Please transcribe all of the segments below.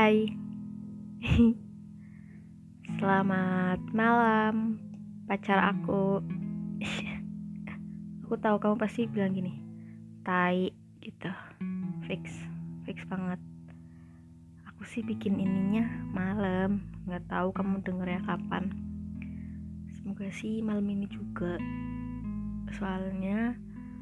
Hai, selamat malam pacar aku. Aku tahu kamu pasti bilang gini, tai gitu, fix banget. Aku sih bikin ininya malam, nggak tahu kamu dengernya kapan. Semoga sih malam ini juga. Soalnya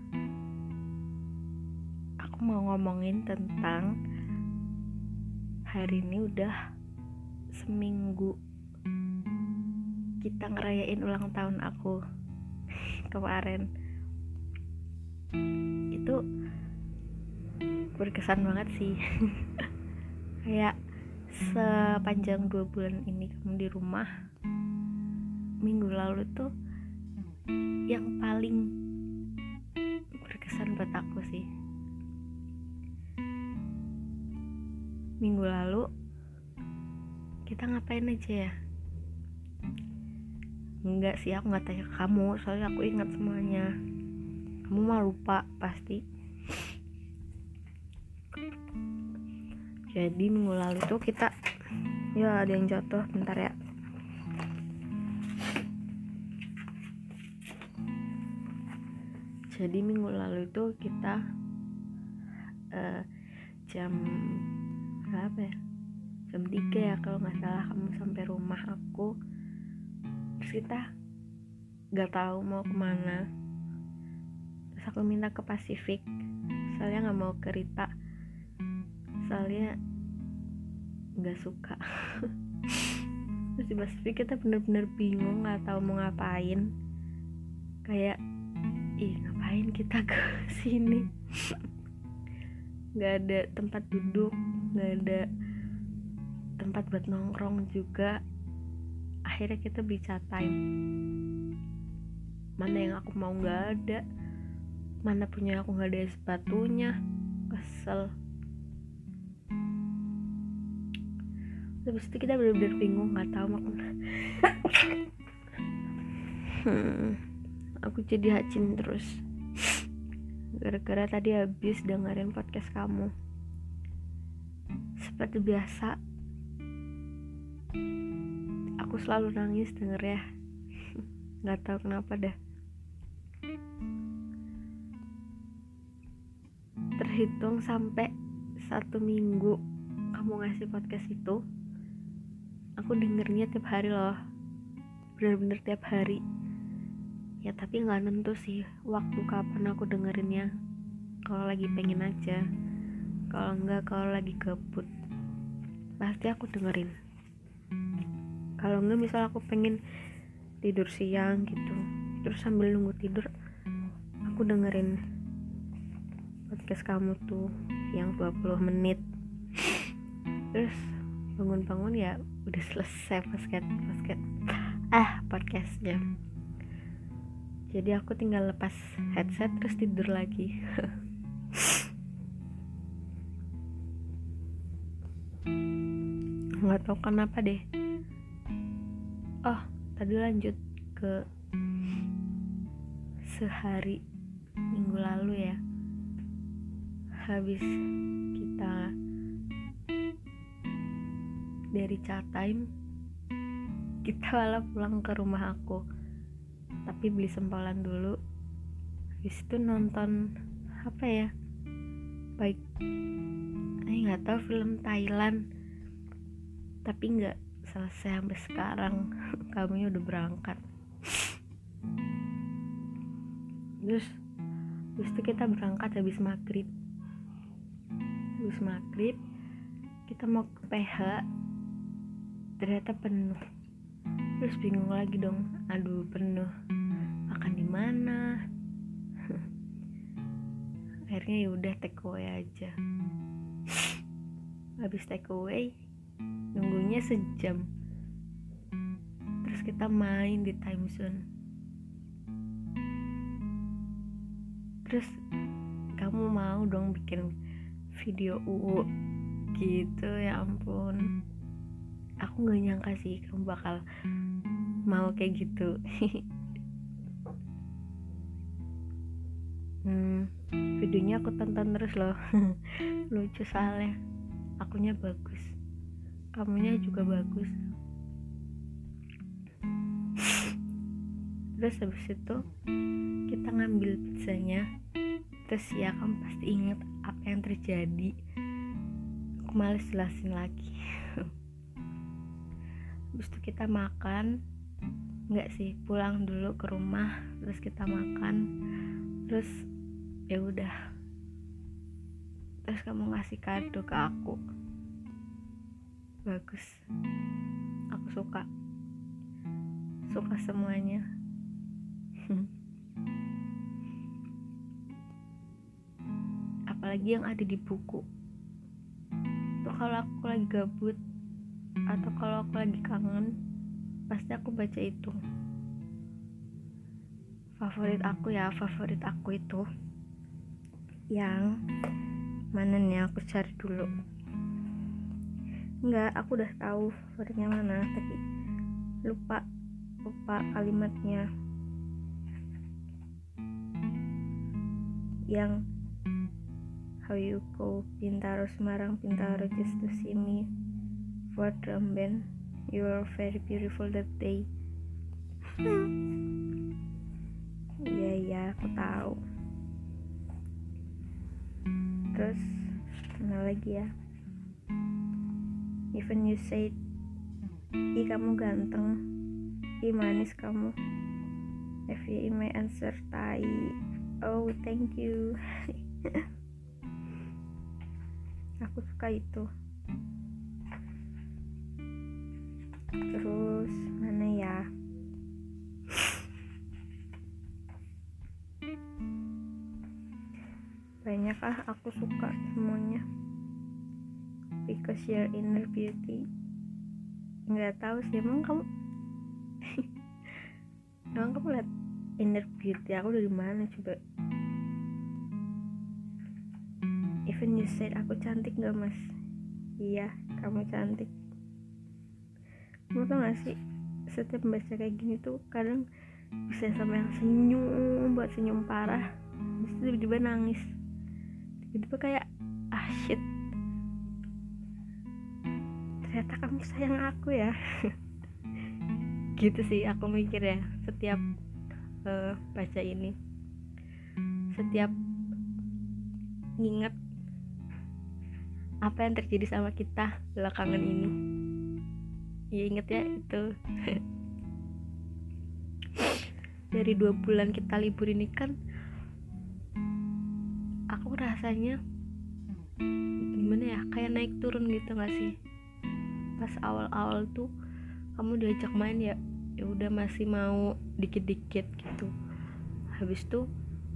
aku mau ngomongin tentang hari ini udah seminggu kita ngerayain ulang tahun aku kemarin. Itu berkesan banget sih. Kayak sepanjang 2 bulan ini kamu di rumah, minggu lalu tuh yang paling berkesan buat aku sih. Minggu lalu kita ngapain aja ya? Enggak sih, aku gak tanya ke kamu, soalnya aku ingat semuanya. Kamu mah lupa pasti. Jadi minggu lalu tuh kita, ya ada yang jatuh, bentar ya. Jadi minggu lalu tuh kita jam berapa ya? Jam 3 ya kalau gak salah kamu sampai rumah aku. Terus kita gak tahu mau kemana. Terus aku minta ke Pasifik, soalnya gak mau ke Rita, soalnya gak suka. Terus di Pasifik kita bener-bener bingung, gak tahu mau ngapain. Kayak ngapain kita ke sini? Gak ada tempat duduk, gak ada tempat buat nongkrong juga. Akhirnya kita beli cat time. Mana yang aku mau gak ada, mana punya aku gak ada sepatunya. Kesel. Terus itu kita bener-bener bingung, gak tahu mau kemana. Aku jadi hacin terus gara-gara tadi habis dengerin podcast kamu. Seperti biasa, aku selalu nangis denger ya. Gak tahu kenapa dah. Terhitung sampai 1 minggu kamu ngasih podcast itu, aku dengernya tiap hari loh. Bener-bener tiap hari. Ya tapi gak nentu sih waktu kapan aku dengerinnya. Kalau lagi pengen aja, kalau enggak, kalau lagi gabut pasti aku dengerin. Kalau enggak misal aku pengen tidur siang gitu, terus sambil nunggu tidur aku dengerin podcast kamu tuh yang 20 menit. Terus bangun-bangun ya udah selesai podcastnya. Jadi aku tinggal lepas headset terus tidur lagi. Nggak tahu kenapa deh. Oh, tadi lanjut ke sehari minggu lalu ya. Habis kita dari chat time, kita malah pulang ke rumah aku. Tapi beli sempolan dulu. Habis itu nonton apa ya? Baik, nggak tahu, film Thailand. Tapi nggak selesai sampai sekarang. Kami udah berangkat. Terus itu kita berangkat habis maghrib. Kita mau ke PH, ternyata penuh. Terus bingung lagi dong. Aduh, penuh. Makan di mana? Akhirnya ya udah take away aja. Habis take away, nunggunya sejam. Terus kita main di time zone. Terus kamu mau dong bikin video UU gitu, ya ampun. Aku gak nyangka sih kamu bakal mau kayak gitu. Videonya aku tonton terus loh. Lucu soalnya, akunya bagus. kamunya juga bagus. Terus habis itu kita ngambil pizzanya. Terus ya kamu pasti inget apa yang terjadi. Aku males jelasin lagi. Habis itu kita makan. Enggak sih, pulang dulu ke rumah. Terus kita makan. Terus ya udah. Terus kamu ngasih kado ke aku. Bagus. Aku suka semuanya. Apalagi yang ada di buku. Tuh kalau aku lagi gabut atau kalau aku lagi kangen, pasti aku baca itu. Favorit aku itu yang mana nih, aku cari dulu. Enggak, aku udah tahu favoritnya mana, tapi lupa kalimatnya. Yang how you go Bintaro Semarang Bintaro just to see me for drum band, you're very beautiful that day. Iya aku tahu. Terus mana lagi ya, even you said ih kamu ganteng, ih manis kamu, FYI my answer tai. Oh thank you. Aku suka itu. Terus mana ya, banyak aku suka semuanya. Because your inner beauty. Nggak tahu sih, emang kamu lihat inner beauty aku dari mana coba? Even you said aku cantik gak mas? Iya, kamu cantik. Kamu tau gak sih, setiap membaca kayak gini tuh kadang bisa sampai yang senyum parah, terus tiba-tiba nangis, tiba-tiba kayak shit, ternyata kamu sayang aku ya. Gitu sih aku mikir ya setiap baca ini, setiap nginget apa yang terjadi sama kita belakangan ini. Ya inget ya itu. Dari 2 bulan kita libur ini kan aku rasanya gimana ya, kayak naik turun gitu gak sih? Pas awal-awal tuh kamu diajak main ya udah masih mau dikit-dikit gitu. Habis tuh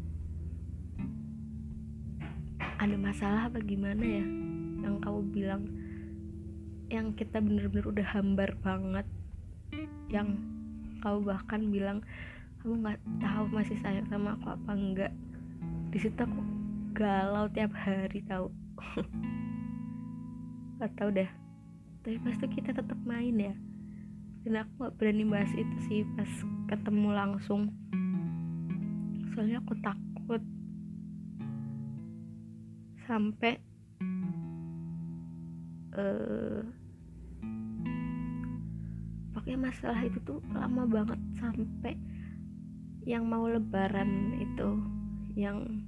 ada masalah apa gimana ya, yang kamu bilang yang kita bener-bener udah hambar banget, yang kamu bahkan bilang kamu nggak tahu masih sayang sama aku apa enggak. Di situ aku galau tiap hari tahu. Gak tau dah, tapi pas itu kita tetap main ya, dan aku nggak berani bahas itu sih pas ketemu langsung, soalnya aku takut sampai pokoknya masalah itu tuh lama banget, sampai yang mau lebaran itu, yang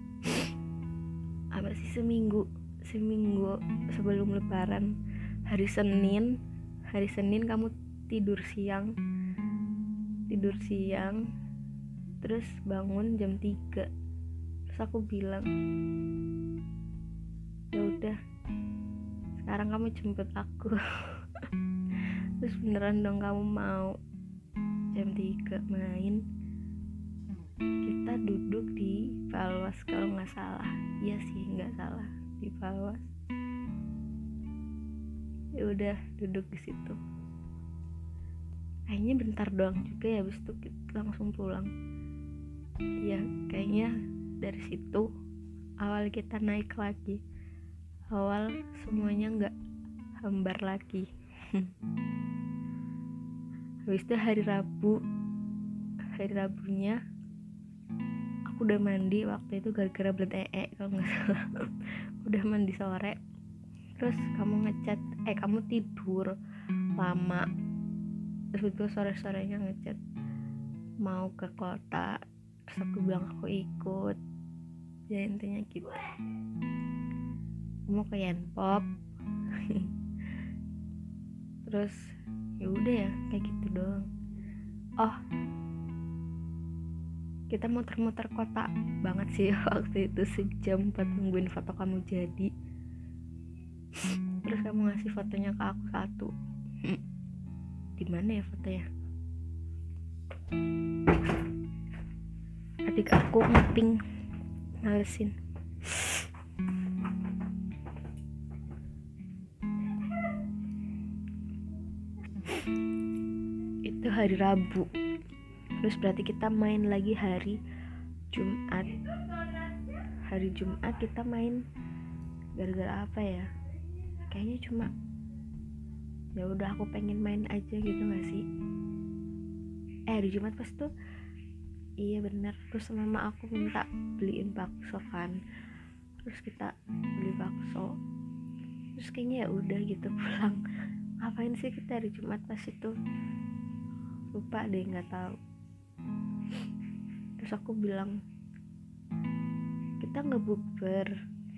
apa sih, seminggu sebelum lebaran, hari Senin kamu tidur siang terus bangun jam 3. Terus aku bilang ya udah sekarang kamu jemput aku. Terus beneran dong kamu mau jam 3 main. Kita duduk di Palwas kalau nggak salah. Iya sih nggak salah, di Palwas. Ya udah duduk di situ. Kayaknya bentar doang juga ya, habis itu kita langsung pulang. Ya kayaknya dari situ awal kita naik lagi. Awal semuanya nggak hambar lagi. Habis itu hari Rabunya aku udah mandi waktu itu gara-gara belet kalau nggak salah. Udah mandi sore, terus kamu ngechat kamu tidur lama. Terus itu sore-sorenya ngechat mau ke kota, terus aku bilang aku ikut. Ya intinya gitu, mau ke Yanpop. Terus ya udah ya kayak gitu doang. Oh, kita muter-muter kota banget sih waktu itu, sejam buat nungguin foto kamu jadi. Terus kamu ngasih fotonya ke aku satu. Di mana ya fotonya? Adik aku ngeping, malesin. Itu hari Rabu. Terus berarti kita main lagi hari Jumat. Hari Jumat kita main gara-gara apa ya? Kayaknya cuma ya udah aku pengen main aja gitu gak sih? Hari Jumat pas tuh iya bener, terus mama aku minta beliin bakso kan. Terus kita beli bakso. Terus kayaknya ya udah gitu pulang. Ngapain sih kita hari Jumat pas itu? Lupa deh, nggak tahu. Terus aku bilang kita nggak bukber.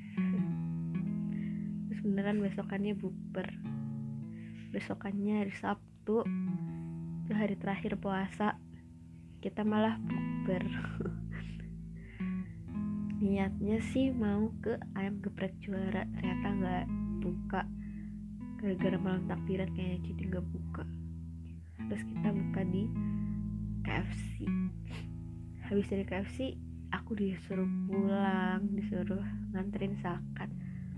Terus beneran besokannya bukber. Besokannya hari Sabtu, itu hari terakhir puasa, kita malah bukber. Niatnya sih mau ke ayam geprek juara, ternyata nggak buka gara-gara malam takbiran, kayaknya jadi nggak buka. Terus kita buka di KFC. Habis dari KFC aku disuruh pulang, disuruh nganterin zakat.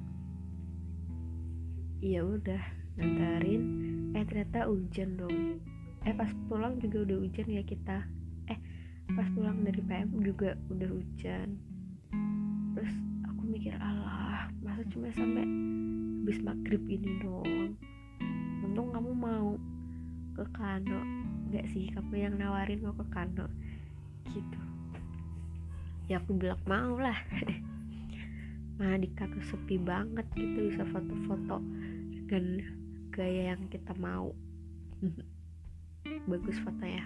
Iya udah nganterin, ternyata hujan dong. Pas pulang juga udah hujan ya kita. Pas pulang dari PM juga udah hujan. Terus aku mikir, alah masa cuma sampai habis maghrib ini doang. Untung kamu mau ke Kano. Enggak sih, kamu yang nawarin mau ke Kano gitu. Ya aku bilang mau lah. Nah di Kano sepi banget gitu, bisa foto-foto dengan gaya yang kita mau. Bagus fotonya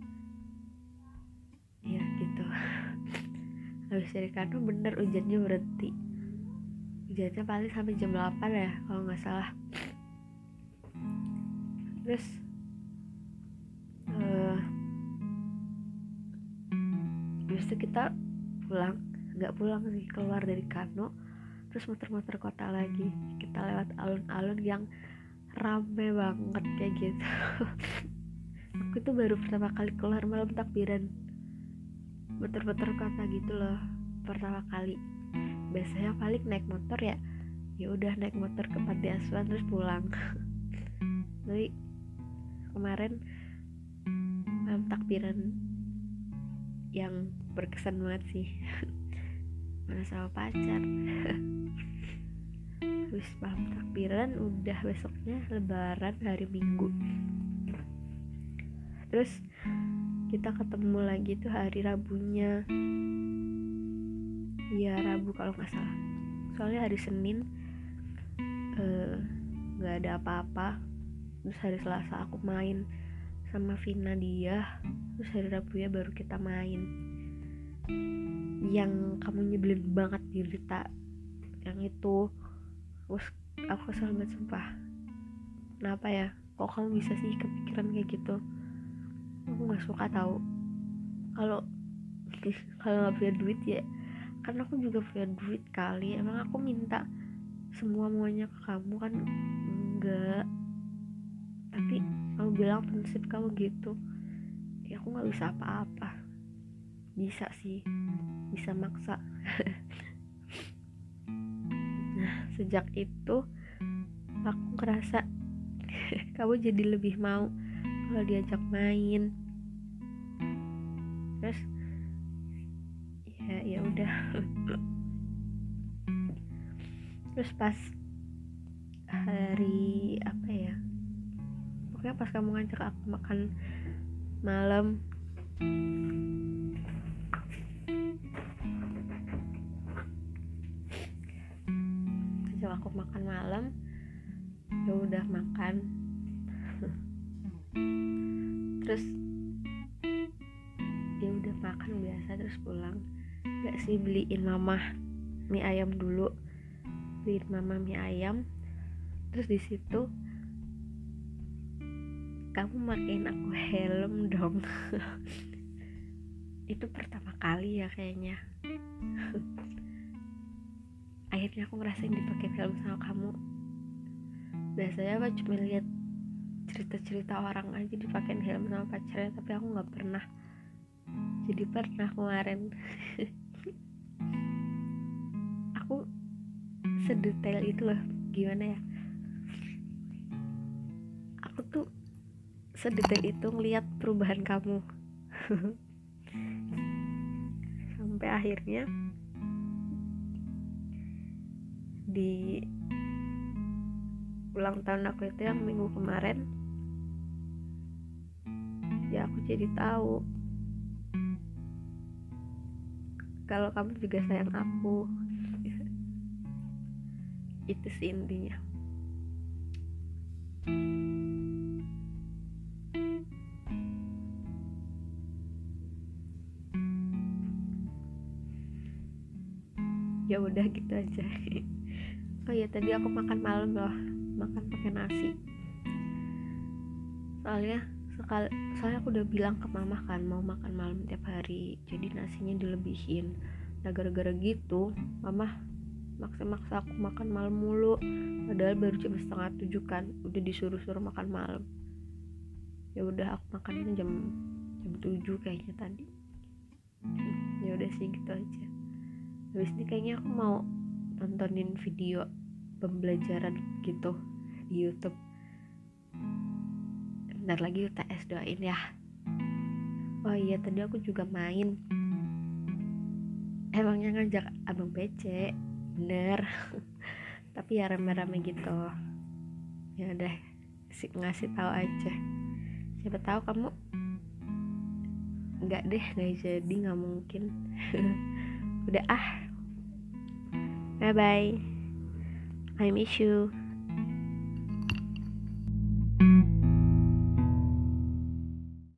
ya gitu. Habis dari Kano bener hujannya berhenti. Hujannya paling sampai jam 8 ya kalau gak salah. Terus habis itu kita pulang. Gak pulang sih, keluar dari Kano. Terus muter-muter kota lagi. Kita lewat alun-alun yang rame banget kayak gitu. Aku tuh baru pertama kali keluar malam takbiran, muter-muter kota gitu loh, pertama kali. Biasanya paling naik motor ya udah naik motor ke panti asuhan terus pulang. Tapi kemarin malam takbiran yang berkesan banget sih. Mana sama pacar. Habis malam takbiran udah besoknya lebaran hari Minggu. Terus kita ketemu lagi tuh hari Rabunya. Iya Rabu kalau nggak salah. Soalnya hari Senin nggak ada apa-apa. Terus hari Selasa aku main sama Vina dia. Terus hari Rabu ya baru kita main. Yang kamu nyebelin banget di Rita, yang itu. Terus aku kesel banget sumpah. Kenapa ya? Kok kamu bisa sih kepikiran kayak gitu? Aku nggak suka tahu. Kalau nggak punya duit ya, karena aku juga punya duit kali. Emang aku minta semua muanya ke kamu kan? Enggak. Tapi kamu bilang prinsip kamu gitu. Ya aku nggak bisa apa-apa. Bisa sih, bisa maksa. Nah sejak itu aku ngerasa kamu jadi lebih mau kalau diajak main. Terus ya udah. Terus pas hari apa ya, pokoknya pas kamu ngajak aku makan malam, Ya udah makan. Terus ya udah makan biasa, terus pulang. Gak sih, beliin mama mie ayam dulu, beliin mama mie ayam. Terus di situ kamu makin aku helm dong. Itu pertama kali ya kayaknya. Akhirnya aku ngerasain dipakai helm sama kamu. Biasanya aku cuma lihat cerita-cerita orang aja dipakein helm sama pacarnya, tapi aku nggak pernah. Jadi pernah kemarin. Aku sedetail itu loh, gimana ya, aku tuh sedetail itu ngeliat perubahan kamu. Sampai akhirnya di ulang tahun aku itu yang minggu kemarin, ya aku jadi tahu kalau kamu juga sayang aku. Itu sih intinya. Ya udah gitu aja. Oh iya, tadi aku makan malam loh, makan pakai nasi. Soalnya aku udah bilang ke mama kan mau makan malam tiap hari, jadi nasinya dilebihin. Nah gara-gara gitu mama maksa-maksa aku makan malam mulu, padahal baru jam 6:30 kan, udah disuruh-suruh makan malam. Ya udah aku makannya jam 7 kayaknya tadi. Ya udah sih gitu aja. Habis ini kayaknya aku mau nontonin video pembelajaran gitu di YouTube. Bentar lagi UTS, doain ya. Oh iya, tadi aku juga main. Emangnya ngajak abang PC, bener. Tapi ya rame-rame gitu. Ya udah, ngasih tahu aja. Siapa tahu kamu nggak jadi, nggak mungkin. Udah bye bye, I miss you.